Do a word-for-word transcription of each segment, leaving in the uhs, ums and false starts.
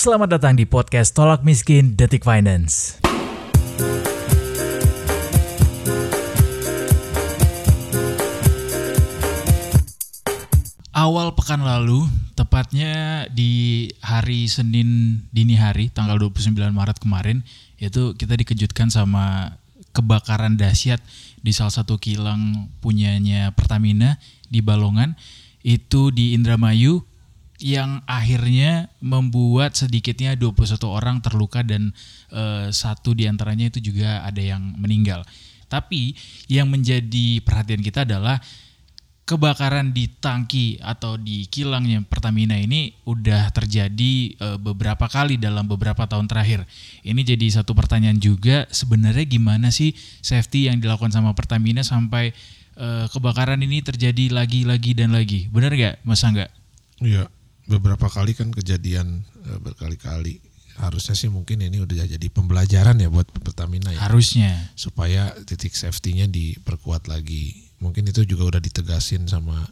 Selamat datang di podcast Tolak Miskin Detik Finance. Awal pekan lalu, tepatnya di hari Senin dini hari, tanggal dua puluh sembilan Maret kemarin, yaitu kita dikejutkan sama kebakaran dahsyat di salah satu kilang punyanya Pertamina di Balongan, itu di Indramayu, yang akhirnya membuat sedikitnya dua puluh satu orang terluka dan e, satu diantaranya itu juga ada yang meninggal. Tapi yang menjadi perhatian kita adalah kebakaran di tangki atau di kilangnya Pertamina ini udah terjadi e, beberapa kali dalam beberapa tahun terakhir. Ini jadi satu pertanyaan juga, sebenarnya gimana sih safety yang dilakukan sama Pertamina sampai e, kebakaran ini terjadi lagi-lagi dan lagi. Benar gak Mas Angga? Iya. Beberapa kali kan kejadian e, berkali-kali. Harusnya sih mungkin ini udah jadi pembelajaran ya buat Pertamina ya. Harusnya. Supaya titik safety-nya diperkuat lagi. Mungkin itu juga udah ditegasin sama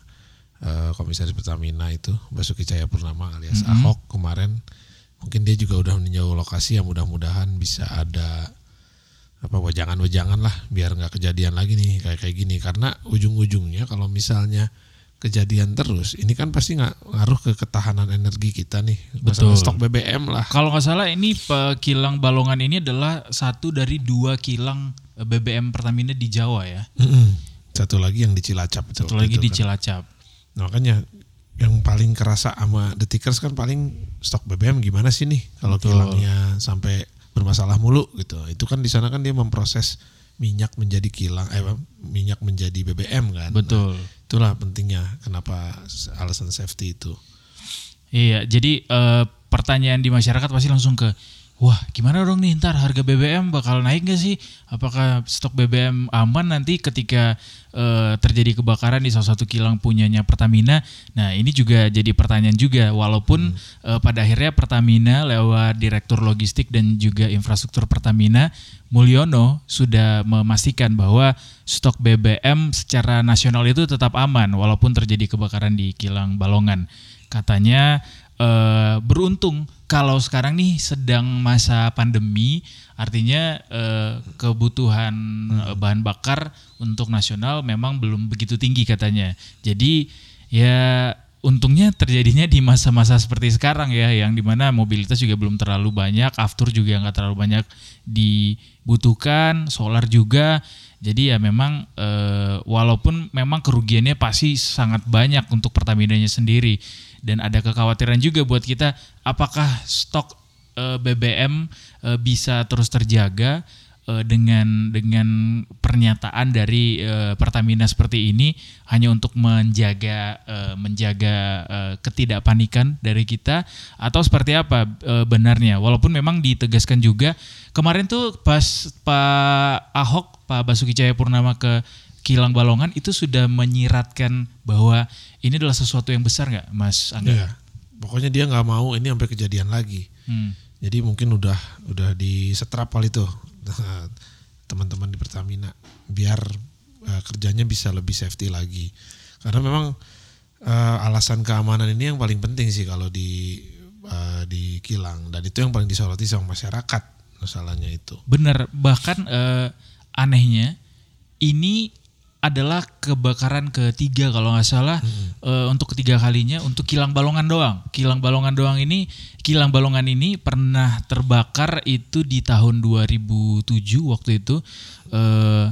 e, Komisaris Pertamina itu, Basuki Cahayapurnama alias mm-hmm. Ahok kemarin. Mungkin dia juga udah meninjau lokasi yang mudah-mudahan bisa ada apa wejangan-wejangan lah biar nggak kejadian lagi nih kayak kayak gini. Karena ujung-ujungnya kalau misalnya kejadian terus, ini kan pasti nggak ngaruh ke ketahanan energi kita nih. Betul. Stok B B M lah. Kalau nggak salah ini kilang Balongan ini adalah satu dari dua kilang B B M Pertamina di Jawa ya. Mm-hmm. Satu lagi yang di Cilacap. Satu lagi di kan. Cilacap. Nah, makanya yang paling kerasa sama Detikers kan paling stok B B M gimana sih nih kalau kilangnya sampai bermasalah mulu gitu. Itu kan di sana kan dia memproses minyak menjadi kilang, eh minyak menjadi B B M kan. Betul. Nah, itulah pentingnya kenapa alasan safety itu. Iya, jadi e, pertanyaan di masyarakat pasti langsung ke, wah gimana dong nih ntar harga B B M bakal naik gak sih? Apakah stok B B M aman nanti ketika e, terjadi kebakaran di salah satu kilang punyanya Pertamina? Nah ini juga jadi pertanyaan juga, walaupun hmm. e, pada akhirnya Pertamina lewat Direktur Logistik dan juga Infrastruktur Pertamina, Mulyono, sudah memastikan bahwa stok B B M secara nasional itu tetap aman walaupun terjadi kebakaran di kilang Balongan. Katanya e, beruntung kalau sekarang nih sedang masa pandemi, artinya e, kebutuhan hmm. bahan bakar untuk nasional memang belum begitu tinggi katanya. Jadi ya untungnya terjadinya di masa-masa seperti sekarang ya, yang dimana mobilitas juga belum terlalu banyak, aftur juga nggak terlalu banyak dibutuhkan, solar juga. Jadi ya memang e, walaupun memang kerugiannya pasti sangat banyak untuk Pertaminanya sendiri, dan ada kekhawatiran juga buat kita, apakah stok e, B B M e, bisa terus terjaga e, dengan dengan pernyataan dari e, Pertamina seperti ini hanya untuk menjaga e, menjaga e, ketidakpanikan dari kita, atau seperti apa e, benarnya. Walaupun memang ditegaskan juga kemarin tuh pas Pak Ahok, Pak Basuki Cahayapurnama ke kilang Balongan itu sudah menyiratkan bahwa ini adalah sesuatu yang besar nggak, Mas Angga? Ya, pokoknya dia nggak mau ini sampai kejadian lagi. Hmm. Jadi mungkin udah udah disetrap kali itu teman-teman di Pertamina biar uh, kerjanya bisa lebih safety lagi. Karena memang uh, alasan keamanan ini yang paling penting sih kalau di uh, di kilang, dan itu yang paling disoroti sama masyarakat masalahnya itu. Benar, bahkan uh, anehnya ini adalah kebakaran ketiga kalau nggak salah, hmm. e, untuk ketiga kalinya untuk kilang Balongan doang. Kilang Balongan doang ini, kilang Balongan ini pernah terbakar itu di tahun dua ribu tujuh waktu itu. E,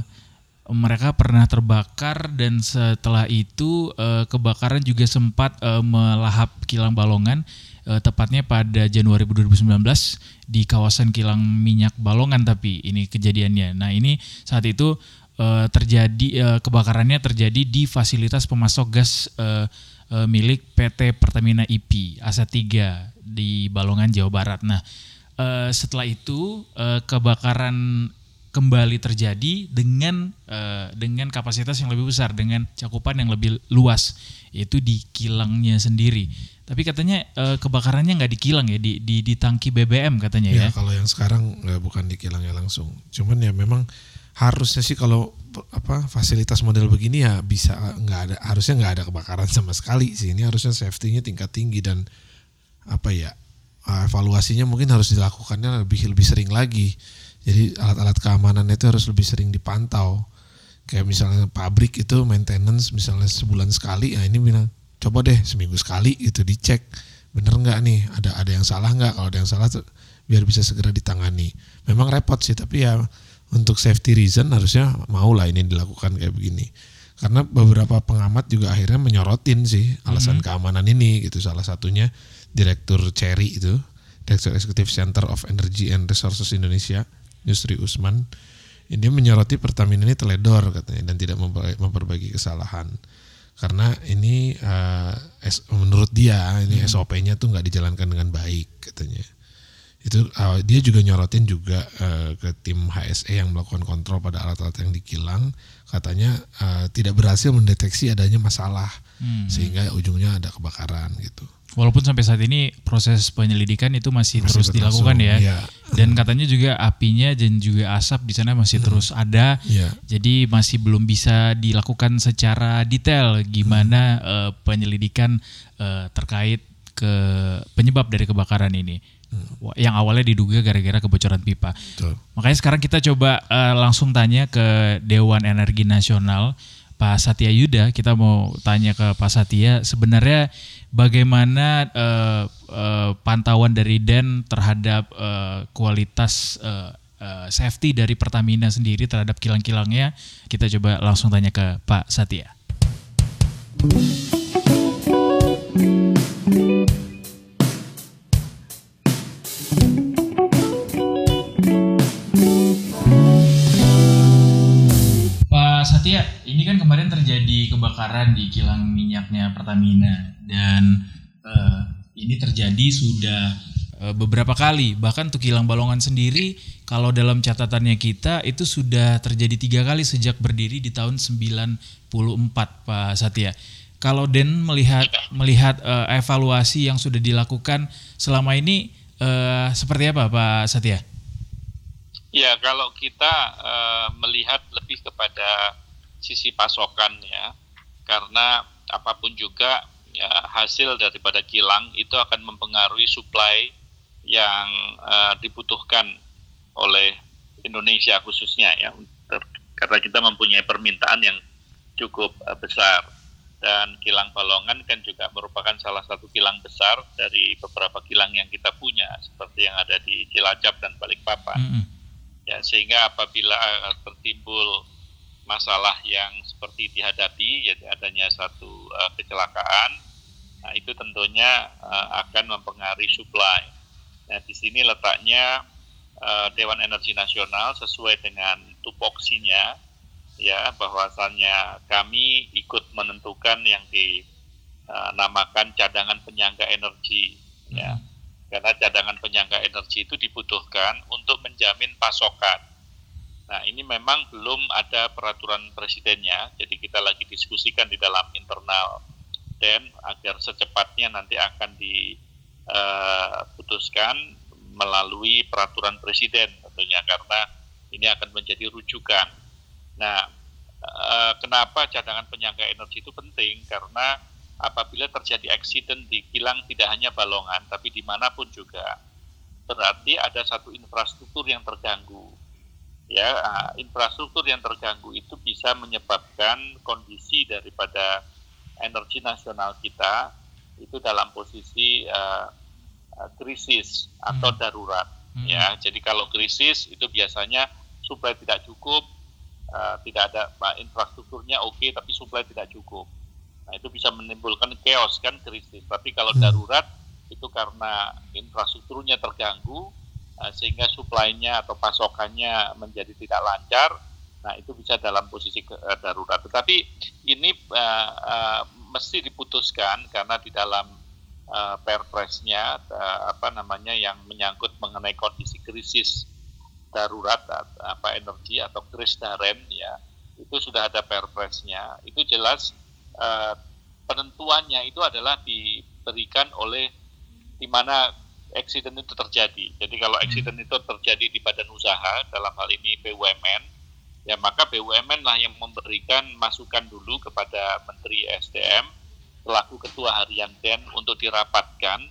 mereka pernah terbakar, dan setelah itu e, kebakaran juga sempat e, melahap kilang Balongan. E, tepatnya pada Januari dua ribu sembilan belas di kawasan kilang minyak Balongan, tapi ini kejadiannya. Nah ini saat itu Uh, terjadi uh, kebakarannya terjadi di fasilitas pemasok gas uh, uh, milik P T Pertamina I P Asa tiga di Balongan, Jawa Barat. Nah, uh, setelah itu uh, kebakaran kembali terjadi dengan uh, dengan kapasitas yang lebih besar, dengan cakupan yang lebih luas, yaitu di kilangnya sendiri. Tapi katanya uh, kebakarannya nggak di kilang ya, di, di di tangki B B M katanya ya. Ya kalau yang sekarang uh, bukan di kilangnya langsung. Cuman ya memang harusnya sih kalau apa fasilitas model begini ya bisa nggak ada, harusnya nggak ada kebakaran sama sekali sih. Ini harusnya safety-nya tingkat tinggi, dan apa ya uh, evaluasinya mungkin harus dilakukannya lebih lebih sering lagi. Jadi alat-alat keamanan itu harus lebih sering dipantau. Kayak misalnya pabrik itu maintenance misalnya sebulan sekali, ya ini bilang coba deh seminggu sekali gitu dicek bener nggak nih, ada ada yang salah nggak, kalau ada yang salah tuh biar bisa segera ditangani. Memang repot sih, tapi ya untuk safety reason harusnya mau lah ini dilakukan kayak begini. Karena beberapa pengamat juga akhirnya menyorotin sih alasan mm-hmm. keamanan ini gitu. Salah satunya Direktur Cherry itu, Direktur Eksekutif Center of Energy and Resources Indonesia, Yusri Usman. Ini menyoroti Pertamina ini teledor katanya dan tidak memperbaiki kesalahan. Karena ini uh, menurut dia ini hmm. S O P-nya tuh nggak dijalankan dengan baik katanya. Itu uh, dia juga nyorotin juga uh, ke tim H S E yang melakukan kontrol pada alat-alat yang dikilang, katanya uh, tidak berhasil mendeteksi adanya masalah hmm. sehingga ujungnya ada kebakaran gitu. Walaupun sampai saat ini proses penyelidikan itu masih, masih terus dilakukan ya. ya. Dan katanya juga apinya dan juga asap di sana masih hmm. terus ada. Ya. Jadi masih belum bisa dilakukan secara detail gimana hmm. uh, penyelidikan uh, terkait ke penyebab dari kebakaran ini. Hmm. Yang awalnya diduga gara-gara kebocoran pipa. Betul. Makanya sekarang kita coba uh, langsung tanya ke Dewan Energi Nasional, Pak Satya Yuda. Kita mau tanya ke Pak Satya, sebenarnya bagaimana uh, uh, pantauan dari D E N terhadap uh, kualitas uh, uh, safety dari Pertamina sendiri terhadap kilang-kilangnya. Kita coba langsung tanya ke Pak Satya. Pak Satya, ini kan kemarin terjadi kebakaran di kilang minyaknya Pertamina dan uh, ini terjadi sudah uh, beberapa kali. Bahkan untuk kilang Balongan sendiri, kalau dalam catatannya kita itu sudah terjadi tiga kali sejak berdiri di tahun sembilan puluh empat, Pak Satya. Kalau D E N melihat melihat uh, evaluasi yang sudah dilakukan selama ini uh, seperti apa, Pak Satya? Ya, kalau kita uh, melihat lebih kepada sisi pasokan ya, karena apapun juga ya, hasil daripada kilang itu akan mempengaruhi supply yang uh, dibutuhkan oleh Indonesia khususnya ya, karena kita mempunyai permintaan yang cukup uh, besar. Dan kilang Balongan kan juga merupakan salah satu kilang besar dari beberapa kilang yang kita punya, seperti yang ada di Cilacap dan Balikpapan. Mm-hmm. Ya, sehingga apabila uh, tertimbul masalah yang seperti dihadapi, yaitu adanya satu uh, kecelakaan, nah itu tentunya uh, akan mempengaruhi supply. Nah, di sini letaknya uh, Dewan Energi Nasional sesuai dengan tupoksinya, ya, bahwasannya kami ikut menentukan yang dinamakan uh, cadangan penyangga energi, hmm. ya, karena cadangan penyangga energi itu dibutuhkan untuk menjamin pasokan. Nah, ini memang belum ada peraturan presidennya, jadi kita lagi diskusikan di dalam internal D E N agar secepatnya nanti akan diputuskan uh, melalui peraturan presiden tentunya, karena ini akan menjadi rujukan. Nah, uh, kenapa cadangan penyangga energi itu penting? Karena apabila terjadi eksiden di kilang tidak hanya Balongan, tapi dimanapun juga, berarti ada satu infrastruktur yang terganggu. Ya, uh, infrastruktur yang terganggu itu bisa menyebabkan kondisi daripada energi nasional kita itu dalam posisi uh, uh, krisis atau hmm. darurat. Hmm. Ya, jadi kalau krisis itu biasanya suplai tidak cukup, uh, tidak ada uh, infrastrukturnya oke, okay, tapi suplai tidak cukup. Nah, itu bisa menimbulkan chaos kan, krisis. Tapi kalau darurat itu karena infrastrukturnya terganggu, uh, sehingga suplainya atau pasokannya menjadi tidak lancar. Nah, itu bisa dalam posisi ke, uh, darurat. Tetapi ini uh, uh, mesti diputuskan karena di dalam uh, perpresnya uh, apa namanya yang menyangkut mengenai kondisi krisis darurat apa energi atau kris daren ya, itu sudah ada perpresnya. Itu jelas uh, penentuannya itu adalah diberikan oleh di mana eksiden itu terjadi. Jadi kalau eksiden itu terjadi di badan usaha, dalam hal ini B U M N, ya maka B U M N lah yang memberikan masukan dulu kepada Menteri S D M selaku Ketua Harian D E N untuk dirapatkan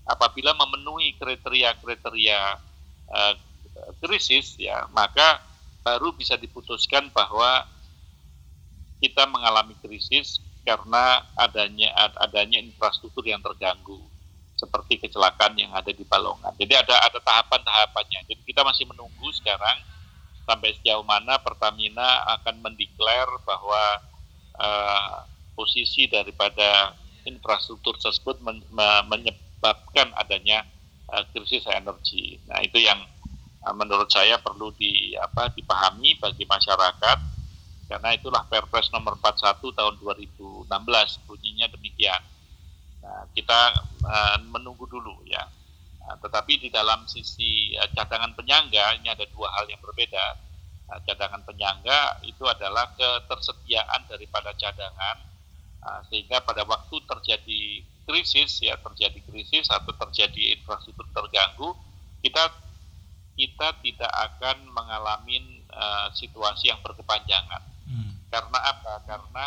apabila memenuhi kriteria-kriteria uh, krisis, ya maka baru bisa diputuskan bahwa kita mengalami krisis karena adanya adanya infrastruktur yang terganggu seperti kecelakaan yang ada di Balongan. Jadi ada ada tahapan-tahapannya. Jadi kita masih menunggu sekarang sampai sejauh mana Pertamina akan mendeklar bahwa uh, posisi daripada infrastruktur tersebut men- menyebabkan adanya uh, krisis energi. Nah, itu yang uh, menurut saya perlu di apa dipahami bagi masyarakat. Karena itulah Perpres nomor empat puluh satu tahun dua ribu enam belas bunyinya demikian. Nah, kita uh, menunggu dulu ya. Nah, tetapi di dalam sisi uh, cadangan penyangga ini ada dua hal yang berbeda. Uh, cadangan penyangga itu adalah ketersediaan daripada cadangan uh, sehingga pada waktu terjadi krisis ya terjadi krisis atau terjadi infrastruktur terganggu, kita kita tidak akan mengalami uh, situasi yang berkepanjangan. Hmm. Karena apa? Karena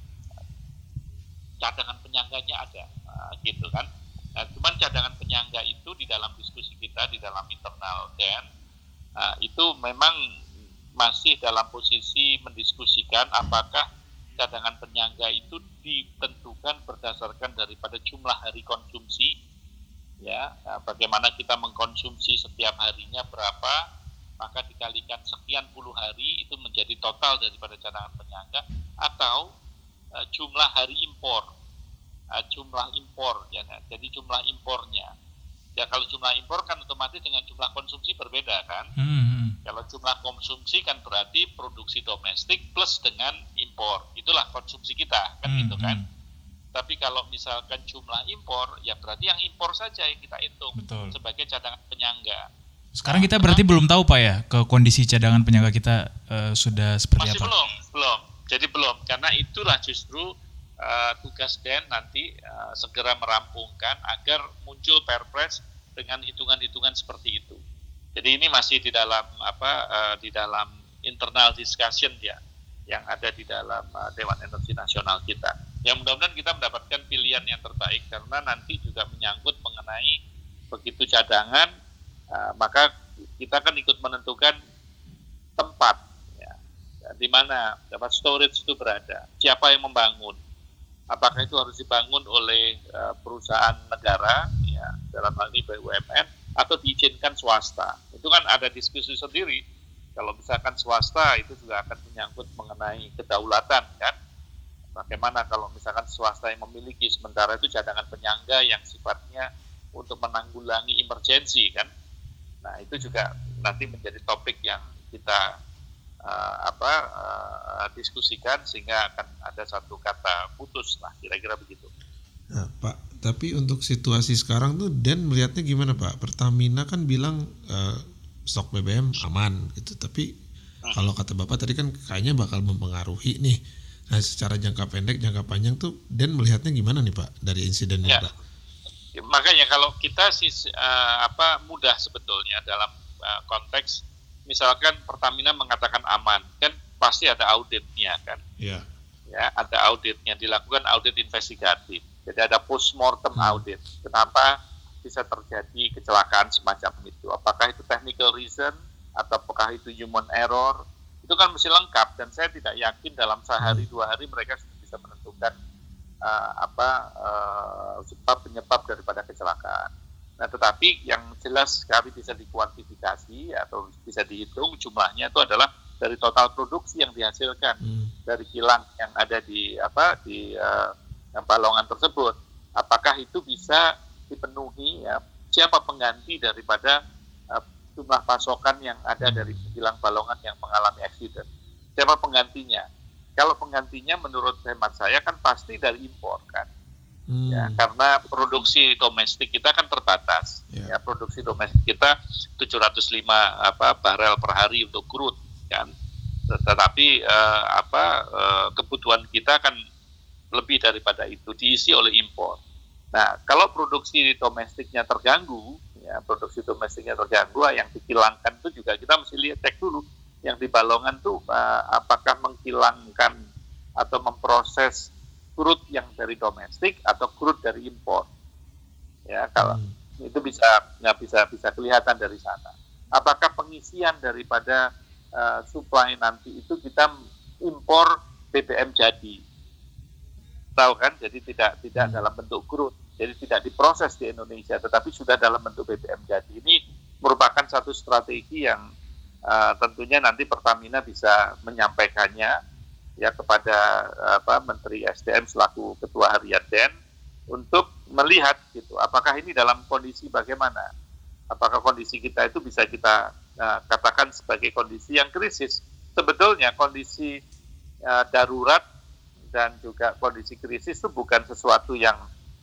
cadangan penyangganya ada, nah, gitu kan. Nah, cuman cadangan penyangga itu di dalam diskusi kita di dalam internal D E N, nah, itu memang masih dalam posisi mendiskusikan apakah cadangan penyangga itu ditentukan berdasarkan daripada jumlah hari konsumsi, ya, nah, bagaimana kita mengkonsumsi setiap harinya berapa. Maka dikalikan sekian puluh hari itu menjadi total daripada cadangan penyangga atau uh, jumlah hari impor, uh, jumlah impor, ya, nah, jadi jumlah impornya. Ya kalau jumlah impor kan otomatis dengan jumlah konsumsi berbeda kan. Hmm. Kalau jumlah konsumsi kan berarti produksi domestik plus dengan impor, itulah konsumsi kita kan hmm. gitu kan. Tapi kalau misalkan jumlah impor, ya berarti yang impor saja yang kita hitung. Betul. Sebagai cadangan penyangga. Sekarang kita berarti nah, belum tahu Pak ya ke kondisi cadangan penyangga kita uh, sudah seperti masih apa? Masih belum, belum. Jadi belum, karena itulah justru uh, tugas D E N nanti uh, segera merampungkan agar muncul Perpres dengan hitungan-hitungan seperti itu. Jadi ini masih di dalam apa uh, di dalam internal discussion ya yang ada di dalam uh, Dewan Energi Nasional kita. Yang mudah-mudahan kita mendapatkan pilihan yang terbaik karena nanti juga menyangkut mengenai begitu cadangan. Uh, maka kita kan ikut menentukan tempat ya, di mana dapat storage itu berada, siapa yang membangun, apakah itu harus dibangun oleh uh, perusahaan negara ya dalam hal ini B U M N atau diizinkan swasta. Itu kan ada diskusi sendiri. Kalau misalkan swasta itu juga akan menyangkut mengenai kedaulatan kan, bagaimana kalau misalkan swasta yang memiliki sementara itu cadangan penyangga yang sifatnya untuk menanggulangi emergensi kan. Nah itu juga nanti menjadi topik yang kita uh, apa uh, diskusikan sehingga akan ada satu kata putus lah kira-kira begitu. Nah, Pak, tapi untuk situasi sekarang tuh D E N melihatnya gimana Pak? Pertamina kan bilang uh, stok B B M aman gitu, tapi hmm. kalau kata Bapak tadi kan kayaknya bakal mempengaruhi nih. Nah secara jangka pendek, jangka panjang tuh D E N melihatnya gimana nih Pak dari insiden ini ya. Pak? Makanya kalau kita sih uh, apa mudah sebetulnya dalam uh, konteks misalkan Pertamina mengatakan aman kan pasti ada auditnya kan. Iya. Ya, ada auditnya, dilakukan audit investigatif. Jadi ada postmortem hmm. audit. Kenapa bisa terjadi kecelakaan semacam itu? Apakah itu technical reason atau apakah itu human error? Itu kan mesti lengkap dan saya tidak yakin dalam sehari dua hari mereka sudah bisa menentukan Uh, apa uh, sebab penyebab daripada kecelakaan. Nah, tetapi yang jelas sekali bisa dikuantifikasi atau bisa dihitung jumlahnya itu adalah dari total produksi yang dihasilkan hmm. dari kilang yang ada di apa di uh, Balongan tersebut. Apakah itu bisa dipenuhi? Ya, siapa pengganti daripada uh, jumlah pasokan yang ada dari kilang Balongan yang mengalami accident? Siapa penggantinya? Kalau penggantinya menurut hemat saya kan pasti dari impor kan, hmm. ya karena produksi domestik kita kan terbatas, yeah. ya produksi domestik kita tujuh ratus lima apa barel per hari untuk crude kan, tetapi eh, apa eh, kebutuhan kita kan lebih daripada itu diisi oleh impor. Nah kalau produksi domestiknya terganggu, ya produksi domestiknya terganggu, yang dikilangkan itu juga kita mesti lihat cek dulu. Yang di Balongan tuh uh, apakah menghilangkan atau memproses crude yang dari domestik atau crude dari impor. Ya, kalau hmm. Itu bisa nggak bisa bisa kelihatan dari sana. Apakah pengisian daripada uh, supply nanti itu kita impor B B M jadi, tahu kan? Jadi tidak tidak dalam bentuk crude, jadi tidak diproses di Indonesia, tetapi sudah dalam bentuk B B M jadi. Ini merupakan satu strategi yang uh, tentunya nanti Pertamina bisa menyampaikannya ya kepada apa Menteri S D M selaku Ketua Harian D E N untuk melihat gitu, apakah ini dalam kondisi bagaimana, apakah kondisi kita itu bisa kita uh, katakan sebagai kondisi yang krisis. Sebetulnya kondisi uh, darurat dan juga kondisi krisis itu bukan sesuatu yang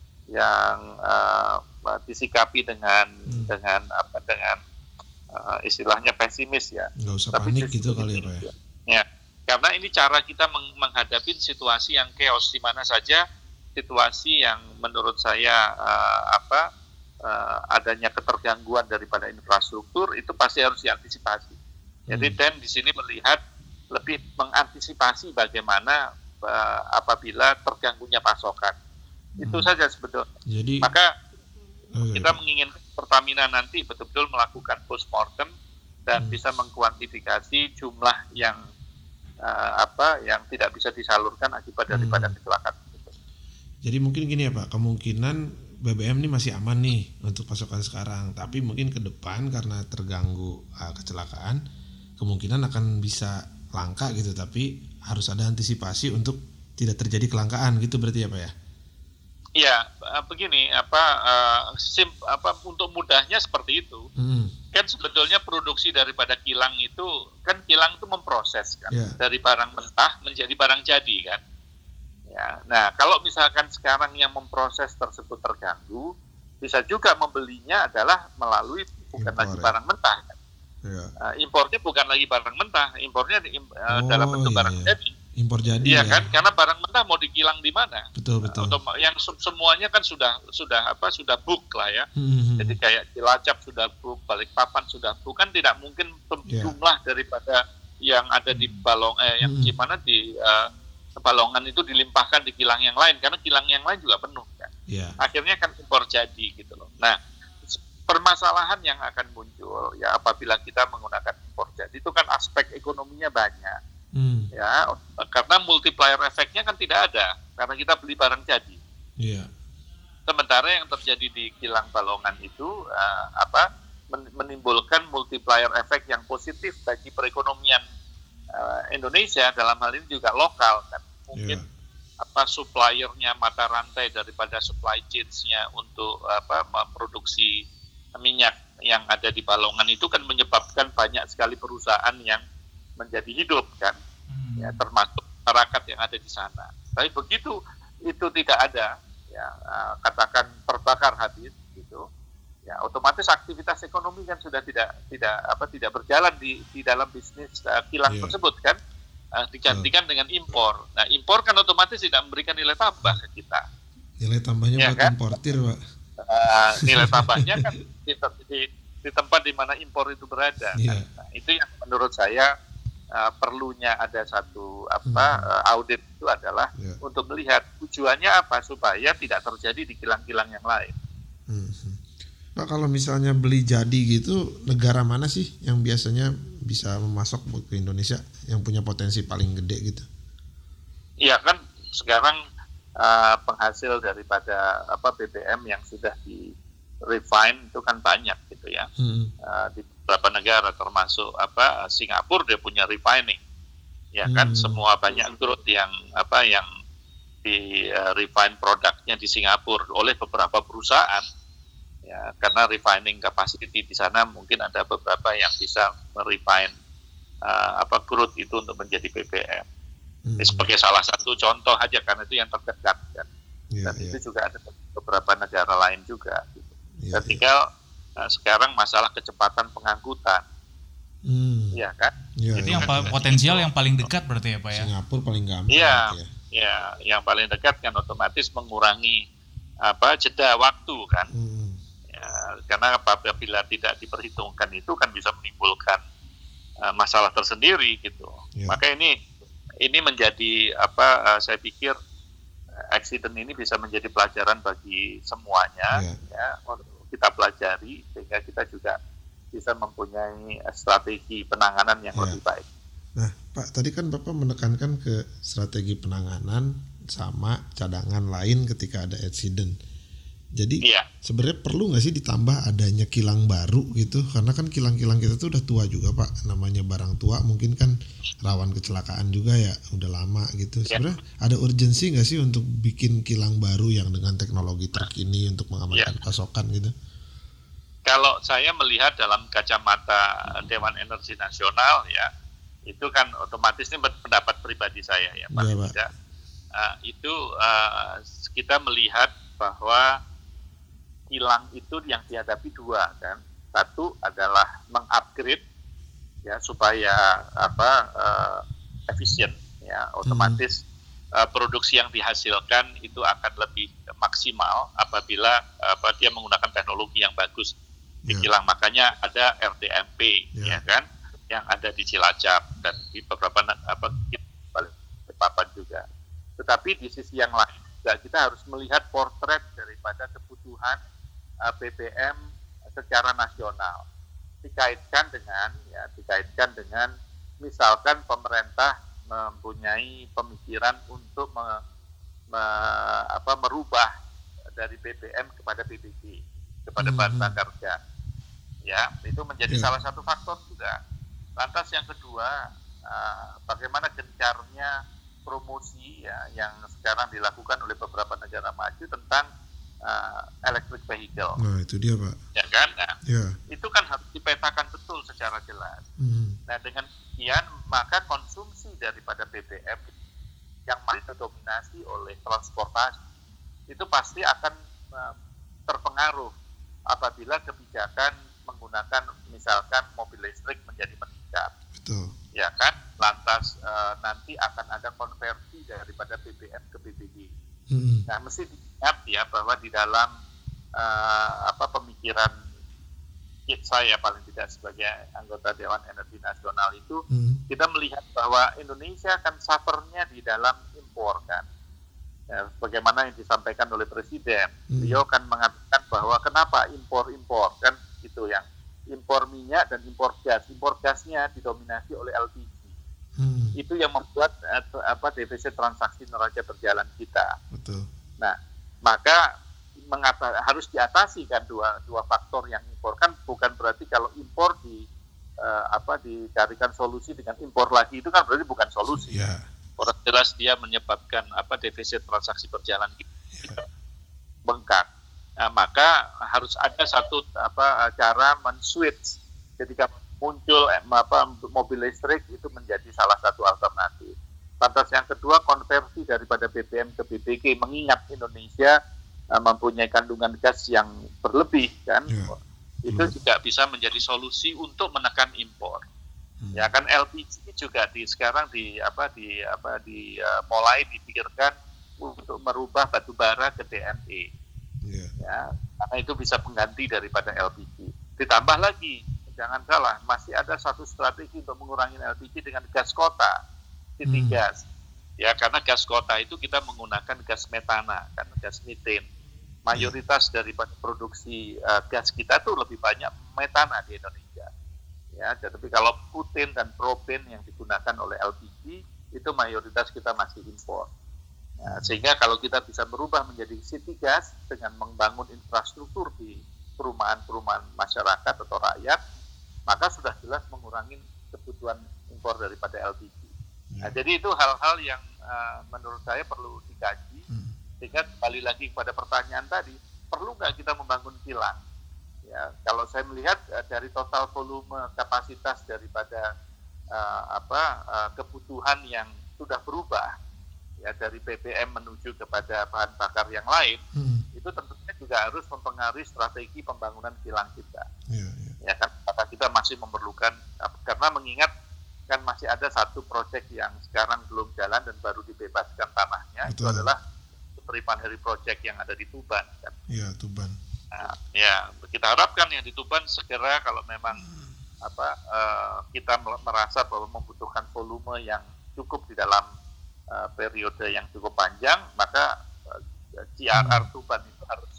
yang uh, disikapi dengan hmm. dengan apa dengan uh, istilahnya pesimis ya. Nggak usah tapi panik gitu kali ya Pak ya. Ya, karena ini cara kita meng- menghadapi situasi yang chaos di mana saja situasi yang menurut saya uh, apa uh, adanya ketergangguan daripada infrastruktur itu pasti harus diantisipasi. Jadi hmm. D E N di sini melihat lebih mengantisipasi bagaimana uh, apabila terganggunya pasokan. Hmm. Itu saja sebetulnya. Jadi, maka okay. kita menginginkan Pertamina nanti betul-betul melakukan postmortem dan hmm. bisa mengkuantifikasi jumlah yang uh, apa yang tidak bisa disalurkan akibat daripada hmm. kecelakaan. Jadi mungkin gini ya Pak, kemungkinan B B M ini masih aman nih untuk pasokan sekarang, tapi mungkin ke depan karena terganggu uh, kecelakaan, kemungkinan akan bisa langka gitu, tapi harus ada antisipasi untuk tidak terjadi kelangkaan gitu berarti ya Pak ya? Iya, begini apa, uh, sim, apa untuk mudahnya seperti itu, hmm. kan sebetulnya produksi daripada kilang itu kan kilang itu memproses kan yeah. dari barang mentah menjadi barang jadi kan. Ya, nah kalau misalkan sekarang yang memproses tersebut terganggu, bisa juga membelinya adalah melalui bukan Impor, lagi ya? barang mentah. Kan? Ya. Uh, impornya bukan lagi barang mentah, impornya di, uh, oh, dalam bentuk iya, barang iya. jadi. Impor jadi. Iya ya. kan, karena barang mentah mau dikilang di mana? Betul betul. Uh, yang se- semuanya kan sudah sudah apa sudah book lah ya. Hmm. Jadi kayak Cilacap sudah book, Balikpapan sudah book, kan tidak mungkin yeah. jumlah daripada yang ada di Balong eh yang hmm. gimana di uh, Balongan itu dilimpahkan di kilang yang lain karena kilang yang lain juga penuh kan. Yeah. Akhirnya kan impor jadi gitu loh. Nah, permasalahan yang akan muncul ya apabila kita menggunakan impor jadi itu kan aspek ekonominya banyak. Hmm. Ya, karena multiplier efeknya kan tidak ada karena kita beli barang jadi. Yeah. Sementara yang terjadi di kilang Balongan itu uh, apa menimbulkan multiplier efek yang positif bagi perekonomian Uh, Indonesia dalam hal ini juga lokal kan mungkin yeah. apa suppliernya mata rantai daripada supply chains-nya untuk apa memproduksi minyak yang ada di Balongan itu kan menyebabkan banyak sekali perusahaan yang menjadi hidup kan hmm. ya termasuk masyarakat yang ada di sana. Tapi begitu itu tidak ada ya uh, katakan terbakar habis gitu. Ya, otomatis aktivitas ekonomi kan sudah tidak tidak apa tidak berjalan di di dalam bisnis uh, kilang yeah. tersebut kan uh, digantikan uh. dengan impor. Nah, impor kan otomatis tidak memberikan nilai tambah ke kita. Nilai tambahnya ya, buat kan? Importir, Pak. Uh, nilai tambahnya kan di, di, di tempat di mana impor itu berada. Yeah. Nah, itu yang menurut saya uh, perlunya ada satu apa hmm. uh, audit itu adalah yeah. untuk melihat tujuannya apa supaya tidak terjadi di kilang-kilang yang lain. Hmm. Pak, kalau misalnya beli jadi gitu, negara mana sih yang biasanya bisa memasok ke Indonesia yang punya potensi paling gede gitu? Iya kan sekarang uh, penghasil daripada apa B B M yang sudah di refine itu kan banyak gitu ya. Hmm. Uh, di beberapa negara termasuk apa Singapura dia punya refining. Ya kan hmm. semua banyak crude yang apa yang di uh, refine produknya di Singapura oleh beberapa perusahaan. Ya, karena refining capacity di sana mungkin ada beberapa yang bisa merefine uh, apa crude itu untuk menjadi B B M. Hmm. Ini sebagai salah satu contoh aja karena itu yang terdekat kan. Yeah, Dan yeah. itu juga ada beberapa negara lain juga. Gitu. Yeah, Dan tinggal yeah. uh, sekarang masalah kecepatan pengangkutan. Hmm. Ya kan. Yeah, Jadi yeah, yang paling potensial itu, yang paling dekat berarti ya Pak ya. Singapura paling gampang. Iya, ya. ya, yang paling dekat kan otomatis mengurangi apa jeda waktu kan. Hmm. Karena apabila tidak diperhitungkan itu kan bisa menimbulkan uh, masalah tersendiri gitu. Yeah. Maka ini ini menjadi apa uh, saya pikir uh, accident ini bisa menjadi pelajaran bagi semuanya yeah. ya kita pelajari sehingga kita juga bisa mempunyai strategi penanganan yang ya. lebih baik. Nah, Pak, tadi kan Bapak menekankan ke strategi penanganan sama cadangan lain ketika ada insiden. Jadi ya. sebenarnya perlu nggak sih ditambah adanya kilang baru gitu? Karena kan kilang-kilang kita tuh udah tua juga, Pak. Namanya barang tua mungkin kan rawan kecelakaan juga ya, udah lama gitu. Ya. Sebenarnya ada urgensi nggak sih untuk bikin kilang baru yang dengan teknologi terkini untuk mengamankan ya. pasokan gitu? Kalau saya melihat dalam kacamata Dewan Energi Nasional ya, itu kan otomatis ini pendapat pribadi saya ya, Pak. Ya, Tidak, uh, itu uh, kita melihat bahwa kilang itu yang dihadapi dua kan, satu adalah mengupgrade ya supaya apa uh, efisien ya, otomatis hmm. uh, produksi yang dihasilkan itu akan lebih maksimal apabila apa dia menggunakan teknologi yang bagus di yeah. kilang. Makanya ada R D M P yeah. ya kan, yang ada di Cilacap dan di beberapa apa Balikpapan juga. Tetapi di sisi yang lain juga kita harus melihat potret daripada kebutuhan uh, B B M secara nasional, dikaitkan dengan ya dikaitkan dengan misalkan pemerintah mempunyai pemikiran untuk me, me, apa, merubah dari B B M kepada B B G, kepada mm-hmm. bahan bakar gas ya, itu menjadi yeah. salah satu faktor juga. Lantas yang kedua, uh, bagaimana gencarnya promosi ya yang sekarang dilakukan oleh beberapa negara maju tentang uh, electric vehicle. Nah itu dia, Pak. Ya kan? Nah, ya. Itu kan harus dipetakan betul secara jelas. Hmm. Nah dengan demikian maka konsumsi daripada B B M yang masih terdominasi oleh transportasi itu pasti akan uh, terpengaruh apabila kebijakan menggunakan misalkan mobil listrik menjadi meningkat. Betul. Ya kan, lantas uh, nanti akan ada konversi daripada B B M ke B B G. Hmm. Nah, mesti diingat ya bahwa di dalam uh, apa pemikiran saya paling tidak sebagai anggota Dewan Energi Nasional itu, hmm. kita melihat bahwa Indonesia kan suffernya di dalam impor kan. Ya, bagaimana yang disampaikan oleh Presiden, hmm. beliau kan mengatakan bahwa kenapa impor-impor kan itu yang impor minyak dan impor gas, impor gasnya didominasi oleh L P G. Hmm. Itu yang membuat uh, apa defisit transaksi neraca berjalan kita. Betul. Nah, maka mengata, harus diatasi kan dua dua faktor yang impor kan, bukan berarti kalau impor di uh, apa dicarikan solusi dengan impor lagi itu kan berarti bukan solusi. Yeah. Orang jelas dia menyebabkan apa defisit transaksi berjalan kita yeah. bengkak. Nah, maka harus ada satu apa cara men-switch ketika muncul apa mobil listrik itu menjadi salah satu alternatif. Lantas yang kedua konversi daripada B B M ke B B G, mengingat Indonesia uh, mempunyai kandungan gas yang berlebih kan, ya. itu hmm. juga bisa menjadi solusi untuk menekan impor. Hmm. Ya kan L P G juga di sekarang di apa di apa di uh, mulai dipikirkan untuk merubah batu bara ke D M E. Yeah. Ya, karena itu bisa pengganti daripada L P G. Ditambah lagi, jangan salah, masih ada satu strategi untuk mengurangi L P G dengan gas kota, city hmm. gas. Ya, karena gas kota itu kita menggunakan gas metana, kan gas methane. Mayoritas yeah. daripada produksi uh, gas kita tuh lebih banyak metana di Indonesia. Ya, tapi kalau butane dan propane yang digunakan oleh L P G itu mayoritas kita masih impor. Nah, sehingga kalau kita bisa berubah menjadi city gas dengan membangun infrastruktur di perumahan-perumahan masyarakat atau rakyat, maka sudah jelas mengurangi kebutuhan impor daripada L P G. Nah, jadi itu hal-hal yang uh, menurut saya perlu dikaji. Sehingga kembali lagi kepada pertanyaan tadi, perlu nggak kita membangun kilang? Ya, kalau saya melihat uh, dari total volume kapasitas daripada uh, apa uh, kebutuhan yang sudah berubah. Ya, dari B B M menuju kepada bahan bakar yang lain, hmm. itu tentunya juga harus mempengaruhi strategi pembangunan kilang kita. Ya, ya. Ya kan, maka kita masih memerlukan, karena mengingat kan masih ada satu proyek yang sekarang belum jalan dan baru dibebaskan tanahnya. Betul. Itu adalah Refinery Project yang ada di Tuban. Kan? Iya, Tuban. Nah, ya, kita harapkan yang di Tuban segera kalau memang hmm. apa uh, kita merasa bahwa membutuhkan volume yang cukup di dalam Uh, periode yang cukup panjang, maka uh, C R R Tuban itu harus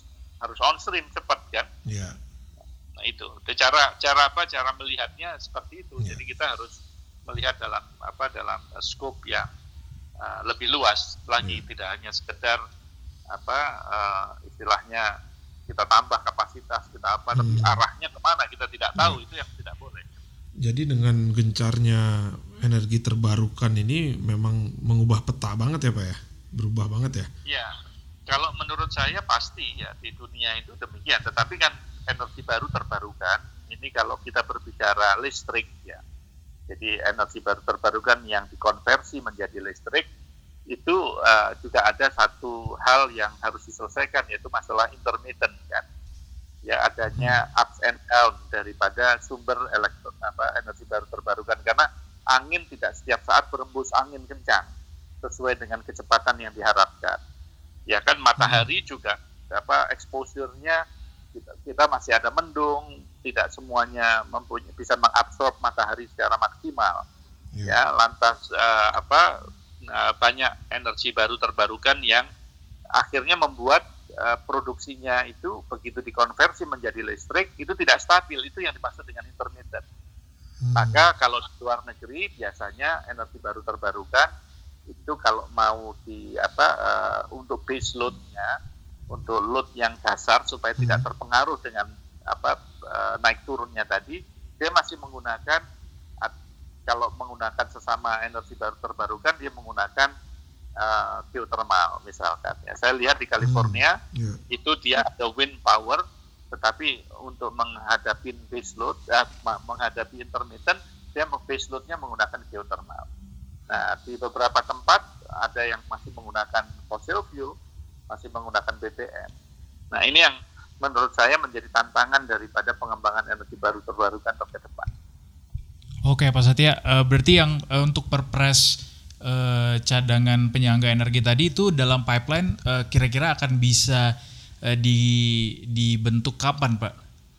harus on stream cepat kan. Yeah. Nah itu cara cara apa cara melihatnya seperti itu. Yeah. Jadi kita harus melihat dalam apa dalam uh, scope yang uh, lebih luas lagi, yeah. tidak hanya sekedar apa uh, istilahnya kita tambah kapasitas kita apa, hmm. tapi arahnya kemana kita tidak tahu, yeah. itu yang tidak boleh. Jadi dengan gencarnya energi terbarukan ini memang mengubah peta banget ya Pak ya, berubah banget ya. Ya, kalau menurut saya pasti ya di dunia itu demikian. Tetapi kan energi baru terbarukan ini kalau kita berbicara listrik ya. Jadi energi baru terbarukan yang dikonversi menjadi listrik itu uh, juga ada satu hal yang harus diselesaikan, yaitu masalah intermittent kan. Ya adanya ups and down daripada sumber elektro, apa, energi baru terbarukan, karena angin tidak setiap saat berembus angin kencang sesuai dengan kecepatan yang diharapkan. Ya kan matahari juga apa exposure-nya kita, kita masih ada mendung, tidak semuanya mempunyai bisa mengabsorb matahari secara maksimal. Yeah. Ya lantas uh, apa uh, banyak energi baru terbarukan yang akhirnya membuat Uh, produksinya itu begitu dikonversi menjadi listrik itu tidak stabil, itu yang dimaksud dengan intermittent. Hmm. Maka kalau di luar negeri biasanya energi baru terbarukan itu kalau mau di apa uh, untuk base load-nya, untuk load yang dasar supaya hmm. tidak terpengaruh dengan apa uh, naik turunnya tadi, dia masih menggunakan uh, kalau menggunakan sesama energi baru terbarukan dia menggunakan Uh, geothermal misalkan ya. Saya lihat di California hmm, yeah. itu dia ada wind power, tetapi untuk menghadapi base load uh, menghadapi intermittent dia base loadnya menggunakan geothermal. Nah di beberapa tempat ada yang masih menggunakan fossil fuel, masih menggunakan B B M. Nah ini yang menurut saya menjadi tantangan daripada pengembangan energi baru terbarukan ke depan. Oke Pak Satya, uh, berarti yang uh, untuk Perpres Uh, cadangan penyangga energi tadi itu dalam pipeline uh, kira-kira akan bisa uh, di, dibentuk kapan Pak?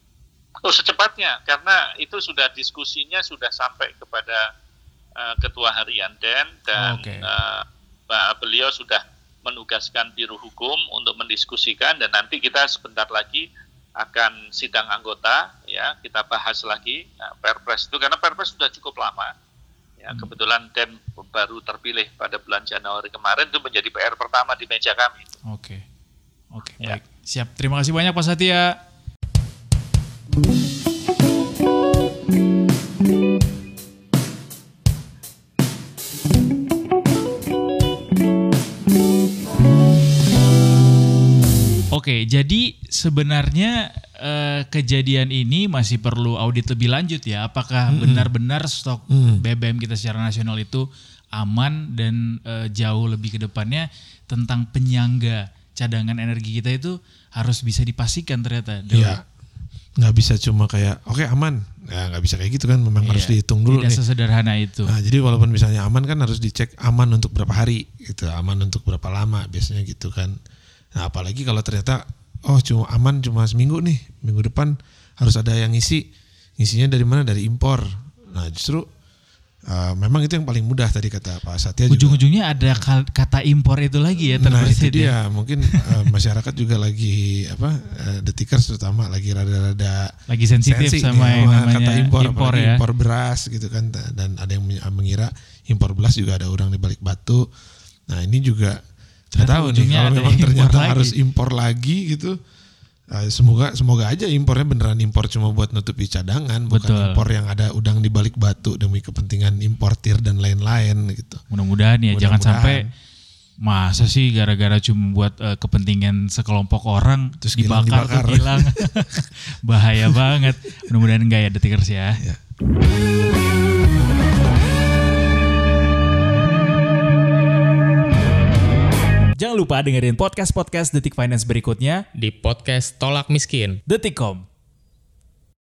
Oh secepatnya, karena itu sudah diskusinya sudah sampai kepada uh, Ketua Harian D E N dan oh, okay. uh, beliau sudah menugaskan Biro Hukum untuk mendiskusikan dan nanti kita sebentar lagi akan sidang anggota ya kita bahas lagi nah, Perpres itu karena Perpres sudah cukup lama. Ya, kebetulan D E N baru terpilih pada bulan Januari kemarin, itu menjadi P R pertama di meja kami. Oke, oke, ya. Baik, siap. Terima kasih banyak Pak Satya. Oke, jadi sebenarnya eh, kejadian ini masih perlu audit lebih lanjut ya. Apakah mm-hmm. benar-benar stok mm. B B M kita secara nasional itu aman dan eh, jauh lebih ke depannya tentang penyangga cadangan energi kita itu harus bisa dipastikan ternyata. Iya, nggak bisa cuma kayak oke okay, aman, ya nggak bisa kayak gitu kan. Memang iya, harus dihitung dulu tidak nih. Tidak sesederhana itu. Nah, jadi walaupun misalnya aman kan harus dicek aman untuk berapa hari, gitu, aman untuk berapa lama biasanya gitu kan. Nah apalagi kalau ternyata oh cuma aman cuma seminggu nih, minggu depan harus ada yang ngisi, ngisinya dari mana? Dari impor. Nah justru uh, memang itu yang paling mudah tadi kata Pak Satya. Ujung-ujungnya juga ada kata impor itu lagi ya. Nah itu dia, mungkin uh, masyarakat juga lagi apa uh, detikers terutama lagi rada-rada lagi sensitif sama yang namanya kata impor, impor ya. Impor beras gitu kan, dan ada yang mengira impor beras juga ada orang di balik batu. Nah ini juga nggak tahu nih kalau memang ternyata lagi. Harus impor lagi gitu. Uh, semoga semoga aja impornya beneran impor cuma buat nutupi cadangan, bukan Betul. Impor yang ada udang di balik batu demi kepentingan importir dan lain-lain gitu. Mudah-mudahan ya, Mudah-mudahan. Jangan sampai masa sih gara-gara cuma buat uh, kepentingan sekelompok orang terus dibakar, dibakar. Tuh hilang. Bahaya banget. Mudah-mudahan enggak ya detikers ya. Ya. Jangan lupa dengerin podcast-podcast Detik Finance berikutnya di podcast Tolak Miskin. Detikcom.